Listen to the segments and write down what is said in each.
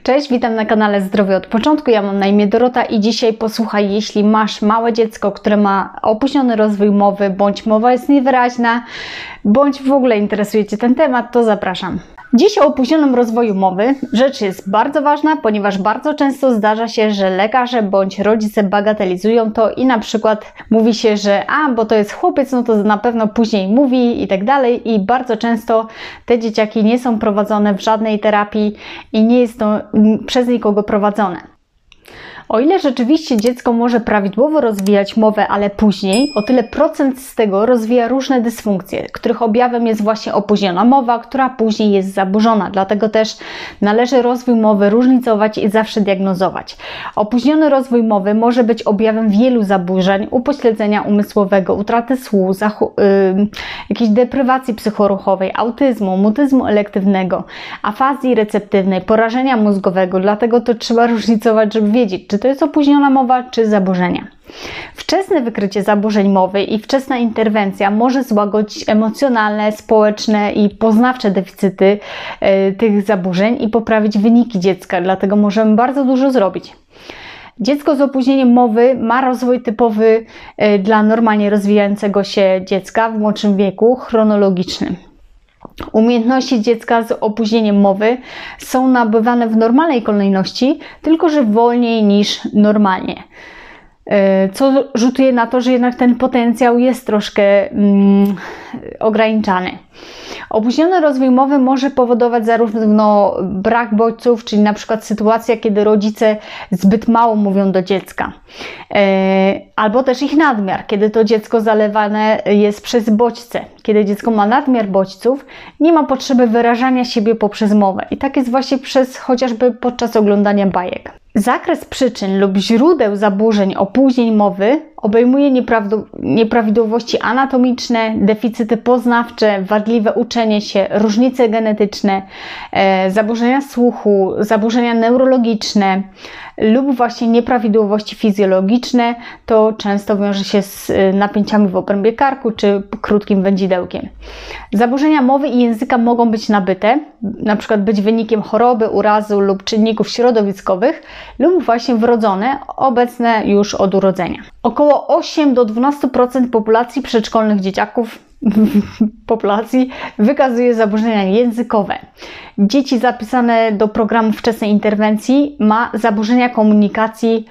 Cześć, witam na kanale Zdrowie od Początku. Ja mam na imię Dorota i dzisiaj posłuchaj, jeśli masz małe dziecko, które ma opóźniony rozwój mowy, bądź mowa jest niewyraźna, bądź w ogóle interesuje Cię ten temat, to zapraszam. Dziś o opóźnionym rozwoju mowy. Rzecz jest bardzo ważna, ponieważ bardzo często zdarza się, że lekarze bądź rodzice bagatelizują to i na przykład mówi się, że bo to jest chłopiec, no to na pewno później mówi i tak dalej, i bardzo często te dzieciaki nie są prowadzone w żadnej terapii i nie jest to przez nikogo prowadzone. O ile rzeczywiście dziecko może prawidłowo rozwijać mowę, ale później, o tyle procent z tego rozwija różne dysfunkcje, których objawem jest właśnie opóźniona mowa, która później jest zaburzona. Dlatego też należy rozwój mowy różnicować i zawsze diagnozować. Opóźniony rozwój mowy może być objawem wielu zaburzeń, upośledzenia umysłowego, utraty słuchu, jakiejś deprywacji psychoruchowej, autyzmu, mutyzmu elektywnego, afazji receptywnej, porażenia mózgowego. Dlatego to trzeba różnicować, żeby wiedzieć, czy to jest opóźniona mowa, czy zaburzenia. Wczesne wykrycie zaburzeń mowy i wczesna interwencja może złagodzić emocjonalne, społeczne i poznawcze deficyty tych zaburzeń i poprawić wyniki dziecka, dlatego możemy bardzo dużo zrobić. Dziecko z opóźnieniem mowy ma rozwój typowy dla normalnie rozwijającego się dziecka w młodszym wieku, chronologiczny. Umiejętności dziecka z opóźnieniem mowy są nabywane w normalnej kolejności, tylko że wolniej niż normalnie. Co rzutuje na to, że jednak ten potencjał jest troszkę ograniczany. Opóźniony rozwój mowy może powodować zarówno brak bodźców, czyli na przykład sytuacja, kiedy rodzice zbyt mało mówią do dziecka, albo też ich nadmiar, kiedy to dziecko zalewane jest przez bodźce. Kiedy dziecko ma nadmiar bodźców, nie ma potrzeby wyrażania siebie poprzez mowę. I tak jest właśnie chociażby podczas oglądania bajek. Zakres przyczyn lub źródeł zaburzeń opóźnień mowy obejmuje nieprawidłowości anatomiczne, deficyty poznawcze, wadliwe uczenie się, różnice genetyczne, zaburzenia słuchu, zaburzenia neurologiczne lub właśnie nieprawidłowości fizjologiczne. To często wiąże się z napięciami w obrębie karku czy krótkim wędzidełkiem. Zaburzenia mowy i języka mogą być nabyte, na przykład być wynikiem choroby, urazu lub czynników środowiskowych, lub właśnie wrodzone, obecne już od urodzenia. Około 8 do 12% populacji przedszkolnych dzieciaków wykazuje zaburzenia językowe. Dzieci zapisane do programu wczesnej interwencji ma zaburzenia komunikacji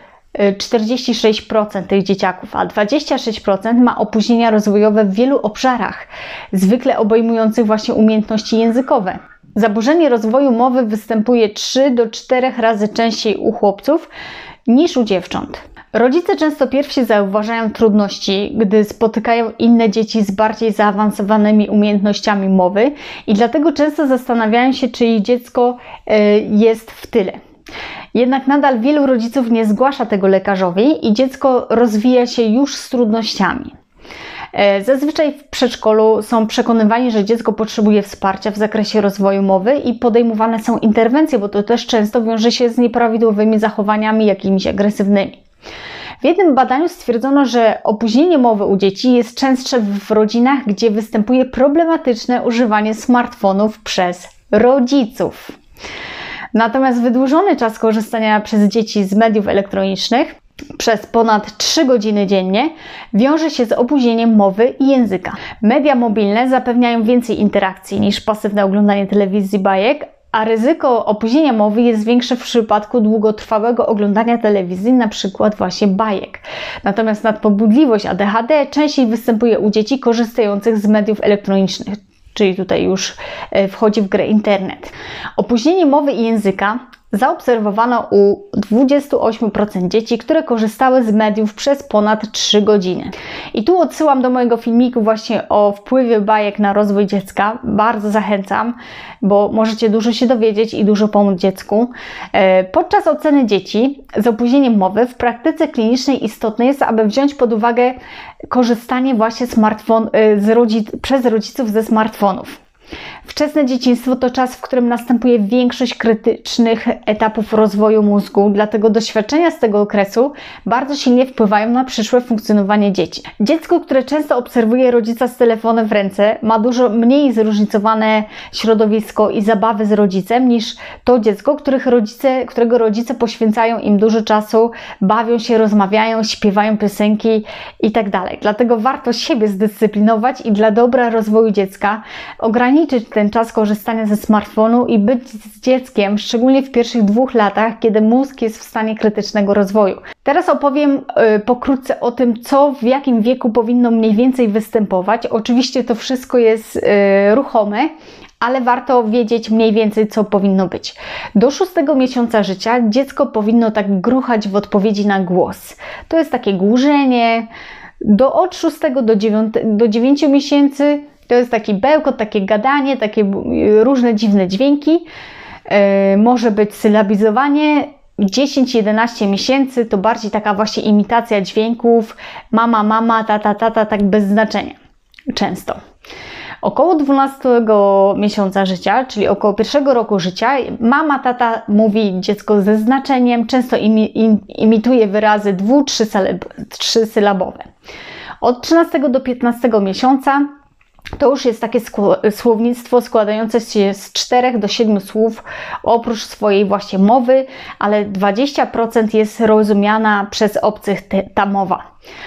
46% tych dzieciaków, a 26% ma opóźnienia rozwojowe w wielu obszarach, zwykle obejmujących właśnie umiejętności językowe. Zaburzenie rozwoju mowy występuje 3 do 4 razy częściej u chłopców niż u dziewcząt. Rodzice często pierwsi zauważają trudności, gdy spotykają inne dzieci z bardziej zaawansowanymi umiejętnościami mowy i dlatego często zastanawiają się, czy ich dziecko jest w tyle. Jednak nadal wielu rodziców nie zgłasza tego lekarzowi i dziecko rozwija się już z trudnościami. Zazwyczaj w przedszkolu są przekonywani, że dziecko potrzebuje wsparcia w zakresie rozwoju mowy i podejmowane są interwencje, bo to też często wiąże się z nieprawidłowymi zachowaniami jakimiś agresywnymi. W jednym badaniu stwierdzono, że opóźnienie mowy u dzieci jest częstsze w rodzinach, gdzie występuje problematyczne używanie smartfonów przez rodziców. Natomiast wydłużony czas korzystania przez dzieci z mediów elektronicznych przez ponad 3 godziny dziennie wiąże się z opóźnieniem mowy i języka. Media mobilne zapewniają więcej interakcji niż pasywne oglądanie telewizji, bajek, a ryzyko opóźnienia mowy jest większe w przypadku długotrwałego oglądania telewizji, na przykład właśnie bajek. Natomiast nadpobudliwość ADHD częściej występuje u dzieci korzystających z mediów elektronicznych, czyli tutaj już wchodzi w grę internet. Opóźnienie mowy i języka zaobserwowano u 28% dzieci, które korzystały z mediów przez ponad 3 godziny. I tu odsyłam do mojego filmiku właśnie o wpływie bajek na rozwój dziecka. Bardzo zachęcam, bo możecie dużo się dowiedzieć i dużo pomóc dziecku. Podczas oceny dzieci z opóźnieniem mowy w praktyce klinicznej istotne jest, aby wziąć pod uwagę korzystanie właśnie przez rodziców ze smartfonów. Wczesne dzieciństwo to czas, w którym następuje większość krytycznych etapów rozwoju mózgu, dlatego doświadczenia z tego okresu bardzo silnie wpływają na przyszłe funkcjonowanie dzieci. Dziecko, które często obserwuje rodzica z telefonem w ręce, ma dużo mniej zróżnicowane środowisko i zabawy z rodzicem niż to dziecko, którego rodzice poświęcają im dużo czasu, bawią się, rozmawiają, śpiewają piosenki itd. Dlatego warto siebie zdyscyplinować i dla dobra rozwoju dziecka ograniczyć ten czas korzystania ze smartfonu i być z dzieckiem, szczególnie w pierwszych 2 latach, kiedy mózg jest w stanie krytycznego rozwoju. Teraz opowiem pokrótce o tym, co w jakim wieku powinno mniej więcej występować. Oczywiście to wszystko jest ruchome, ale warto wiedzieć mniej więcej, co powinno być. Do 6 miesiąca życia dziecko powinno tak gruchać w odpowiedzi na głos. To jest takie głużenie. Od 6 do 9 miesięcy to jest taki bełkot, takie gadanie, takie różne dziwne dźwięki. Może być sylabizowanie. 10-11 miesięcy to bardziej taka właśnie imitacja dźwięków. Mama, mama, tata, tata, tak bez znaczenia. Często. Około 12 miesiąca życia, czyli około 1 roku życia, mama, tata mówi dziecko ze znaczeniem, często imituje wyrazy 2-3-sylabowe. Od 13 do 15 miesiąca to już jest takie słownictwo składające się z 4 do 7 słów oprócz swojej właśnie mowy, ale 20% jest rozumiana przez obcych ta mowa.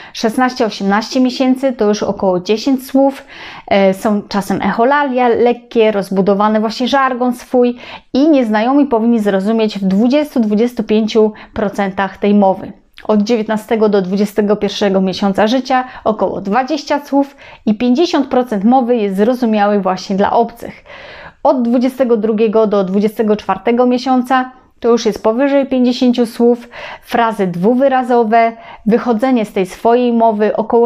16-18 miesięcy to już około 10 słów, są czasem echolalia, lekkie, rozbudowany właśnie żargon swój i nieznajomi powinni zrozumieć w 20-25% tej mowy. Od 19 do 21 miesiąca życia około 20 słów i 50% mowy jest zrozumiały właśnie dla obcych. Od 22 do 24 miesiąca to już jest powyżej 50 słów, frazy dwuwyrazowe, wychodzenie z tej swojej mowy, około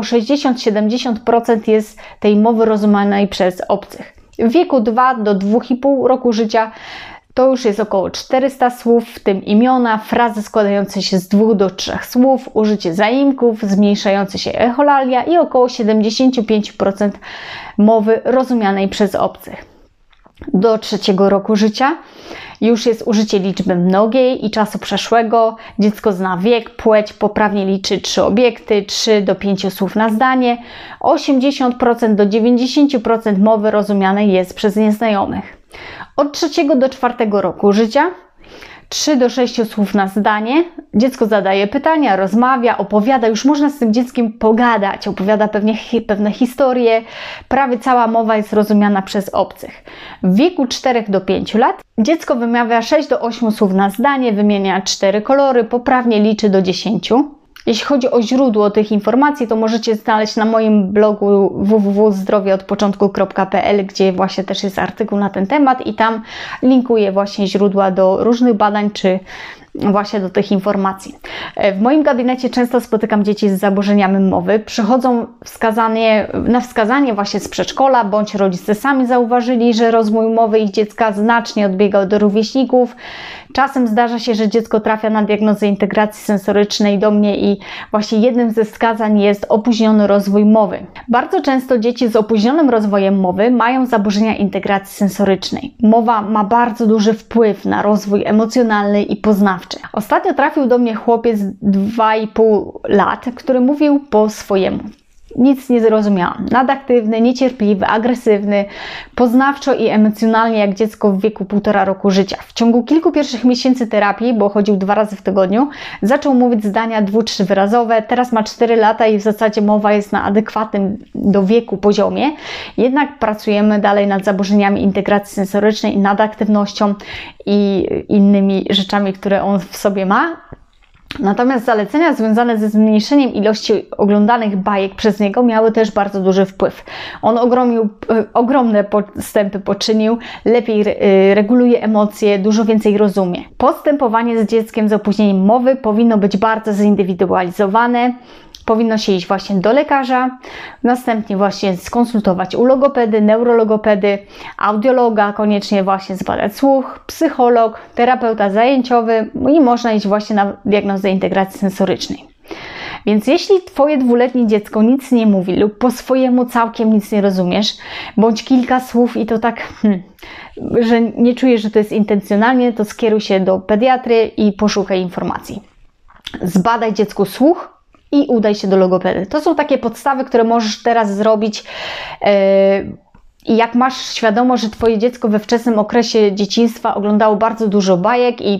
60-70% jest tej mowy rozumianej przez obcych. W wieku 2 do 2,5 roku życia to już jest około 400 słów, w tym imiona, frazy składające się z 2 do 3 słów, użycie zaimków, zmniejszające się echolalia i około 75% mowy rozumianej przez obcych. Do 3 roku życia już jest użycie liczby mnogiej i czasu przeszłego. Dziecko zna wiek, płeć, poprawnie liczy 3 obiekty, 3 do 5 słów na zdanie. 80% do 90% mowy rozumianej jest przez nieznajomych. Od 3 do 4 roku życia 3 do 6 słów na zdanie. Dziecko zadaje pytania, rozmawia, opowiada. Już można z tym dzieckiem pogadać. Opowiada pewne historie. Prawie cała mowa jest rozumiana przez obcych. W wieku 4 do 5 lat dziecko wymawia 6 do 8 słów na zdanie, wymienia 4 kolory, poprawnie liczy do 10. Jeśli chodzi o źródło tych informacji, to możecie znaleźć na moim blogu www.zdrowieodpoczątku.pl, gdzie właśnie też jest artykuł na ten temat i tam linkuję właśnie źródła do różnych badań, czy właśnie do tych informacji. W moim gabinecie często spotykam dzieci z zaburzeniami mowy. Przychodzą na wskazanie właśnie z przedszkola, bądź rodzice sami zauważyli, że rozwój mowy ich dziecka znacznie odbiega od rówieśników. Czasem zdarza się, że dziecko trafia na diagnozę integracji sensorycznej do mnie i właśnie jednym ze wskazań jest opóźniony rozwój mowy. Bardzo często dzieci z opóźnionym rozwojem mowy mają zaburzenia integracji sensorycznej. Mowa ma bardzo duży wpływ na rozwój emocjonalny i poznawczy. Ostatnio trafił do mnie chłopiec 2,5 lat, który mówił po swojemu. Nic nie zrozumiałam. Nadaktywny, niecierpliwy, agresywny, poznawczo i emocjonalnie jak dziecko w wieku 1,5 roku życia. W ciągu kilku pierwszych miesięcy terapii, bo chodził 2 razy w tygodniu, zaczął mówić zdania 2-3 wyrazowe. Teraz ma 4 lata i w zasadzie mowa jest na adekwatnym do wieku poziomie. Jednak pracujemy dalej nad zaburzeniami integracji sensorycznej i nadaktywnością i innymi rzeczami, które on w sobie ma. Natomiast zalecenia związane ze zmniejszeniem ilości oglądanych bajek przez niego miały też bardzo duży wpływ. On ogromne postępy poczynił, lepiej reguluje emocje, dużo więcej rozumie. Postępowanie z dzieckiem z opóźnieniem mowy powinno być bardzo zindywidualizowane. Powinno się iść właśnie do lekarza, następnie właśnie skonsultować u logopedy, neurologopedy, audiologa, koniecznie właśnie zbadać słuch, psycholog, terapeuta zajęciowy i można iść właśnie na diagnozę integracji sensorycznej. Więc jeśli Twoje dwuletnie dziecko nic nie mówi lub po swojemu całkiem nic nie rozumiesz, bądź kilka słów i to tak, że nie czujesz, że to jest intencjonalnie, to skieruj się do pediatry i poszukaj informacji. Zbadaj dziecku słuch i udaj się do logopedy. To są takie podstawy, które możesz teraz zrobić. I jak masz świadomość, że Twoje dziecko we wczesnym okresie dzieciństwa oglądało bardzo dużo bajek i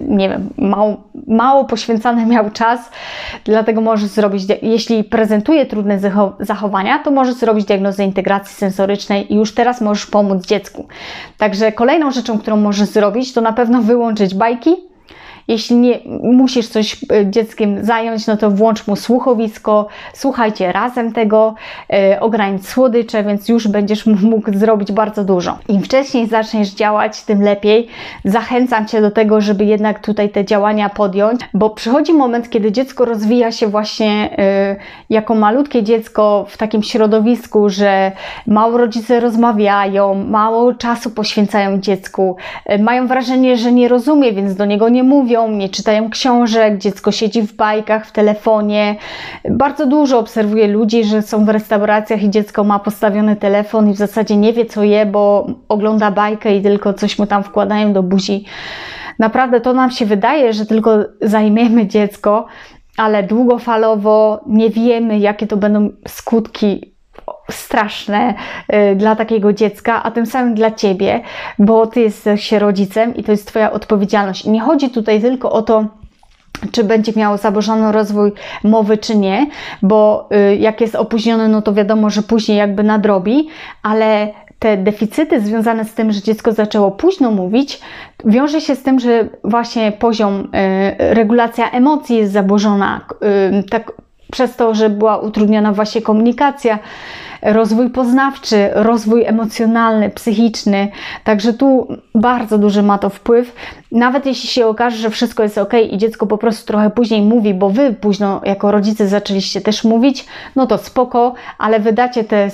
mało poświęcany miał czas, dlatego możesz zrobić, jeśli prezentuje trudne zachowania, to możesz zrobić diagnozę integracji sensorycznej i już teraz możesz pomóc dziecku. Także kolejną rzeczą, którą możesz zrobić, to na pewno wyłączyć bajki. Jeśli nie musisz coś dzieckiem zająć, no to włącz mu słuchowisko, słuchajcie razem tego, ogranicz słodycze, więc już będziesz mógł zrobić bardzo dużo. Im wcześniej zaczniesz działać, tym lepiej. Zachęcam Cię do tego, żeby jednak tutaj te działania podjąć, bo przychodzi moment, kiedy dziecko rozwija się właśnie jako malutkie dziecko w takim środowisku, że mało rodzice rozmawiają, mało czasu poświęcają dziecku, mają wrażenie, że nie rozumie, więc do niego nie mówią, nie czytają książek, dziecko siedzi w bajkach, w telefonie. Bardzo dużo obserwuję ludzi, że są w restauracjach i dziecko ma postawiony telefon i w zasadzie nie wie, co je, bo ogląda bajkę i tylko coś mu tam wkładają do buzi. Naprawdę to nam się wydaje, że tylko zajmiemy dziecko, ale długofalowo nie wiemy, jakie to będą skutki straszne dla takiego dziecka, a tym samym dla Ciebie, bo Ty jesteś rodzicem i to jest Twoja odpowiedzialność. I nie chodzi tutaj tylko o to, czy będzie miało zaburzony rozwój mowy, czy nie, bo jak jest opóźniony, no to wiadomo, że później jakby nadrobi, ale te deficyty związane z tym, że dziecko zaczęło późno mówić, wiąże się z tym, że właśnie poziom, regulacja emocji jest zaburzona, tak przez to, że była utrudniona właśnie komunikacja, rozwój poznawczy, rozwój emocjonalny, psychiczny. Także tu bardzo duży ma to wpływ. Nawet jeśli się okaże, że wszystko jest ok i dziecko po prostu trochę później mówi, bo Wy późno jako rodzice zaczęliście też mówić, no to spoko, ale wydacie te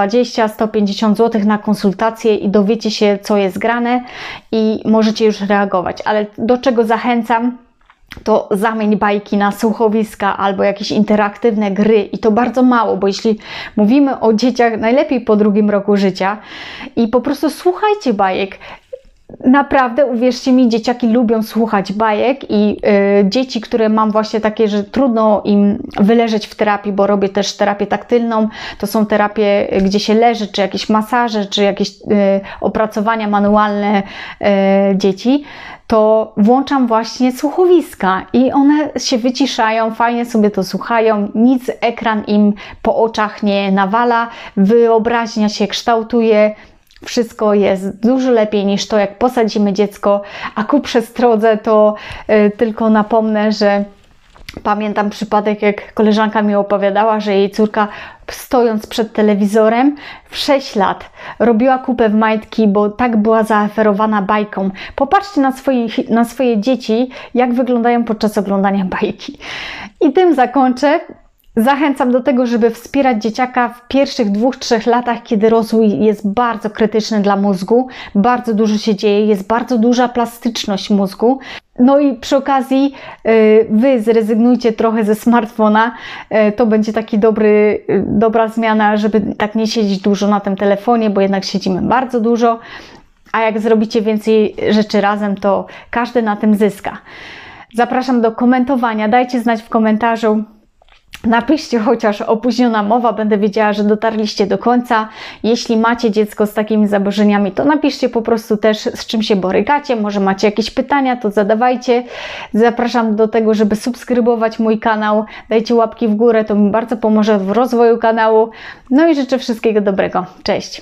120-150 zł na konsultację i dowiecie się, co jest grane i możecie już reagować. Ale do czego zachęcam? To zamień bajki na słuchowiska albo jakieś interaktywne gry i to bardzo mało, bo jeśli mówimy o dzieciach, najlepiej po 2. roku życia i po prostu słuchajcie bajek. Naprawdę, uwierzcie mi, dzieciaki lubią słuchać bajek i dzieci, które mam właśnie takie, że trudno im wyleżeć w terapii, bo robię też terapię taktylną, to są terapie, gdzie się leży, czy jakieś masaże, czy jakieś opracowania manualne dzieci, to włączam właśnie słuchowiska i one się wyciszają, fajnie sobie to słuchają, nic ekran im po oczach nie nawala, wyobraźnia się kształtuje. Wszystko jest dużo lepiej niż to, jak posadzimy dziecko, a ku przestrodze to tylko napomnę, że pamiętam przypadek, jak koleżanka mi opowiadała, że jej córka stojąc przed telewizorem w 6 lat robiła kupę w majtki, bo tak była zaoferowana bajką. Popatrzcie na swoje dzieci, jak wyglądają podczas oglądania bajki. I tym zakończę. Zachęcam do tego, żeby wspierać dzieciaka w pierwszych 2-3 latach, kiedy rozwój jest bardzo krytyczny dla mózgu, bardzo dużo się dzieje, jest bardzo duża plastyczność mózgu. No i przy okazji Wy zrezygnujcie trochę ze smartfona, to będzie taki dobra zmiana, żeby tak nie siedzieć dużo na tym telefonie, bo jednak siedzimy bardzo dużo, a jak zrobicie więcej rzeczy razem, to każdy na tym zyska. Zapraszam do komentowania, dajcie znać w komentarzu. Napiszcie chociaż opóźniona mowa, będę wiedziała, że dotarliście do końca. Jeśli macie dziecko z takimi zaburzeniami, to napiszcie po prostu też, z czym się borykacie. Może macie jakieś pytania, to zadawajcie. Zapraszam do tego, żeby subskrybować mój kanał. Dajcie łapki w górę, to mi bardzo pomoże w rozwoju kanału. No i życzę wszystkiego dobrego. Cześć!